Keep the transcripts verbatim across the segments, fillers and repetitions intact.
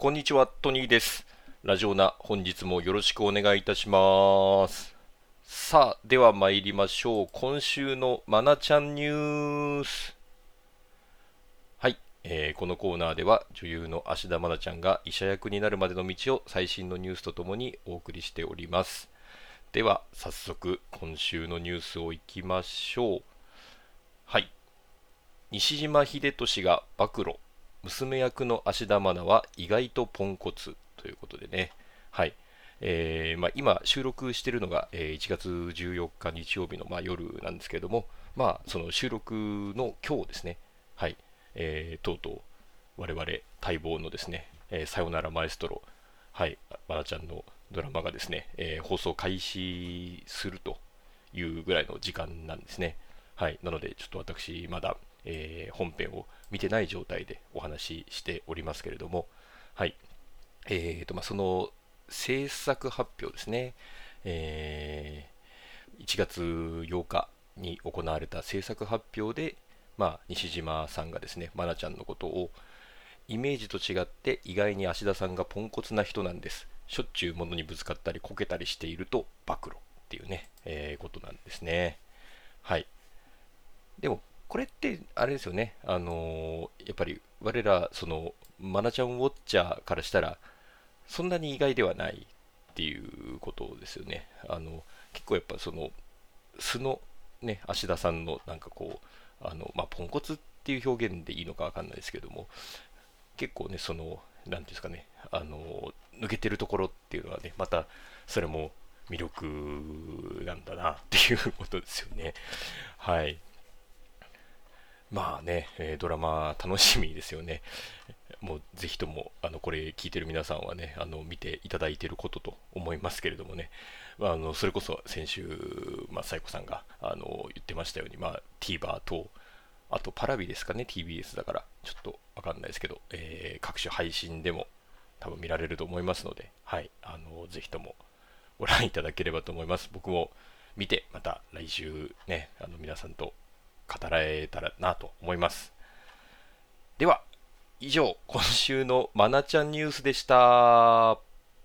こんにちは、トニーです。ラジオナ、本日もよろしくお願いいたします。さあ、では参りましょう。今週のマナちゃんニュース。はい、えーこのコーナーでは女優の芦田愛菜ちゃんが医者役になるまでの道を最新のニュースとともにお送りしております。では、早速、今週のニュースをいきましょう。はい、西島秀俊が暴露。娘役の芦田愛菜は意外とポンコツということでね。はい。えーまあ、今収録しているのが、えーいちがつじゅうよっか日曜日の、まあ、夜なんですけれども、まあ、その収録の今日ですね。はい。えーとうとう我々待望のですね、えーさよならマエストロ、はい、愛菜ちゃんのドラマがですね、えー放送開始するというぐらいの時間なんですね。はい、なのでちょっと私まだ、えー本編を見てない状態でお話ししておりますけれども、はい、えーとまあ、その制作発表ですね、えーいちがつようかに行われた制作発表で、まあ、西島さんがですね、愛菜ちゃんのことをイメージと違って意外に芦田さんがポンコツな人なんです。しょっちゅう物にぶつかったりこけたりしていると暴露っていうね、えーことなんですね。はい。でも、これってあれですよね。あのーやっぱり我ら、その、マナちゃんウォッチャーからしたら、そんなに意外ではないっていうことですよね。あの、結構やっぱその、素のね、芦田さんのなんかこう、あの、まあ、ポンコツっていう表現でいいのかわかんないですけども、結構ね、その、なんていうんですかね、あの、抜けてるところっていうのはね、また、それも魅力なんだなっていうことですよね。はい。まあね、えードラマ楽しみですよね。もうぜひともあのこれ聞いてる皆さんはね、あの見ていただいていることと思いますけれどもね、まあ、あのそれこそ先週、まあ、サイコさんがあの言ってましたように、まあ、TVer と、あとパラビですかね、ティービーエス だから、ちょっとわかんないですけど、えー各種配信でも多分見られると思いますので、はい、あのぜひともご覧いただければと思います。僕も見て、また来週ね、あの皆さんと語らえたらなと思います。では、以上、今週のマナちゃんニュースでした。は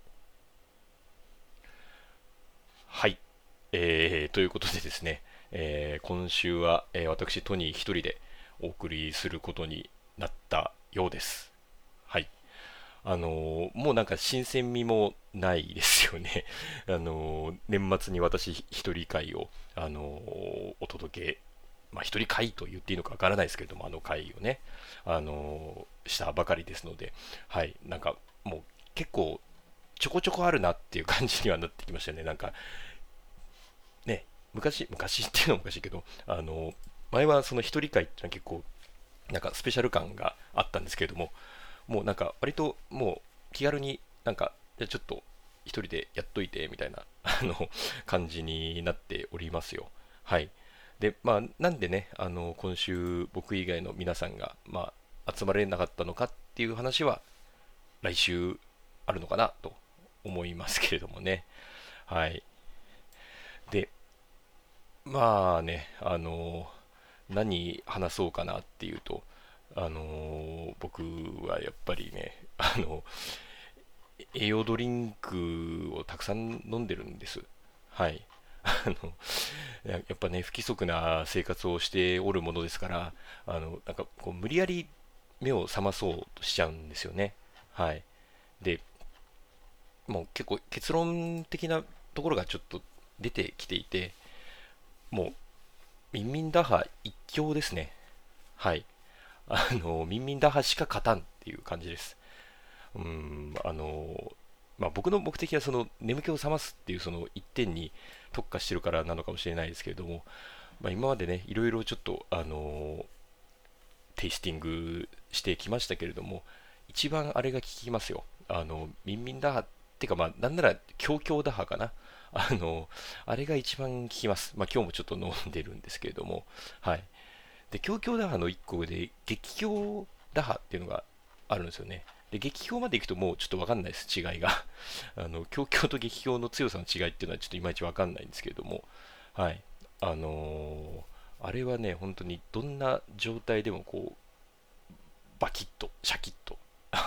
い。えー、ということでですね、えー今週は、えー私、トニー一人でお送りすることになったようです。はい。あのーもうなんか新鮮味もないですよね。あのー年末に私一人会を、あのーお届け、まあ、一人会と言っていいのかわからないですけれども、あの会をね、あのーしたばかりですので、はい、なんかもう結構ちょこちょこあるなっていう感じにはなってきましたね。なんかね、昔、昔っていうのもおかしいけど、あのー前はその一人会っていうのは結構なんかスペシャル感があったんですけれども、もうなんか割ともう気軽になんかじゃあちょっと一人でやっといてみたいなあの感じになっておりますよ。はい。で、まあなんでね、あの今週僕以外の皆さんがまあ集まれなかったのかっていう話は来週あるのかなと思いますけれどもね。はい。で、まあね、あの何話そうかなっていうと、あの僕はやっぱりね、あの栄養ドリンクをたくさん飲んでるんです。はい。あのややっぱね、不規則な生活をしておるものですから、あのなんかこう無理やり目を覚まそうとしちゃうんですよね。はい。で、もう結構結論的なところがちょっと出てきていて、もうミンミン打破一強ですね。はい。あの、ミンミン打破しか勝たんっていう感じです。うん、あの、まあ、僕の目的はその眠気を覚ますっていうその一点に特化してるからなのかもしれないですけれども、まあ、今までね、いろいろちょっと、あのテイスティングしてきましたけれども、一番あれが効きますよ。あの、ミンミン打破ってか、まあ、なんなら強強打破かな。あの、あれが一番効きます。まあ、今日もちょっと飲んでるんですけれども、はい。で、強強打破の一個で、激強打破っていうのがあるんですよね。で、激強までいくともうちょっとわかんないです、違いが。あの、強強と激強の強さの違いっていうのはちょっといまいちわかんないんですけれども、はい。あのーあれはね、本当にどんな状態でもこう、バキッと、シャキッと、あ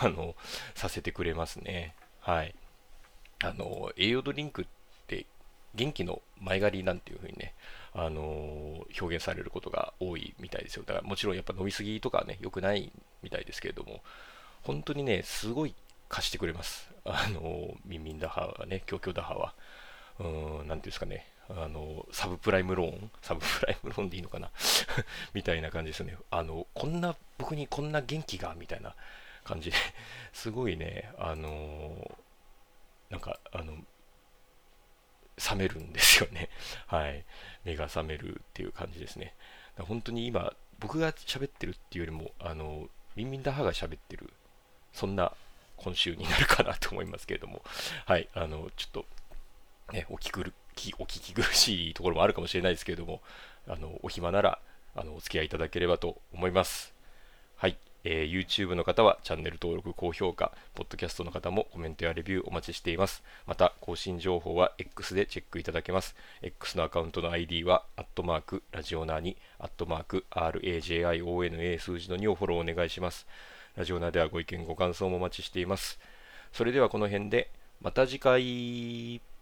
あのさせてくれますね。はい。あの栄養ドリンクって元気の前借りなんていう風にね、あの表現されることが多いみたいですよ。だからもちろんやっぱ飲みすぎとかはね良くないみたいですけれども、本当にねすごい貸してくれます。あのミンミン打破はね、強強打破は、うーん、なんていうんですかね、あのサブプライムローン、サブプライムローンでいいのかなみたいな感じですね。あのこんな僕にこんな元気がみたいな感じで、すごいね、あのなんかあの冷めるんですよね。はい。目が覚めるっていう感じですね。だから本当に今、僕が喋ってるっていうよりも、あの、ミンミンダハが喋ってる、そんな今週になるかなと思いますけれども、はい。あの、ちょっと、ね、お聞き苦きお聞き苦しいところもあるかもしれないですけれども、あの、お暇なら、あの、お付き合いいただければと思います。はい、えー YouTube の方はチャンネル登録、高評価、Podcast の方もコメントやレビューお待ちしています。また、更新情報は X でチェックいただけます。X のアカウントの アイディー は、アットマーク、ラジオナーに、アットマーク、ラジオナ 数字のにをフォローお願いします。ラジオナではご意見、ご感想もお待ちしています。それではこの辺で、また次回。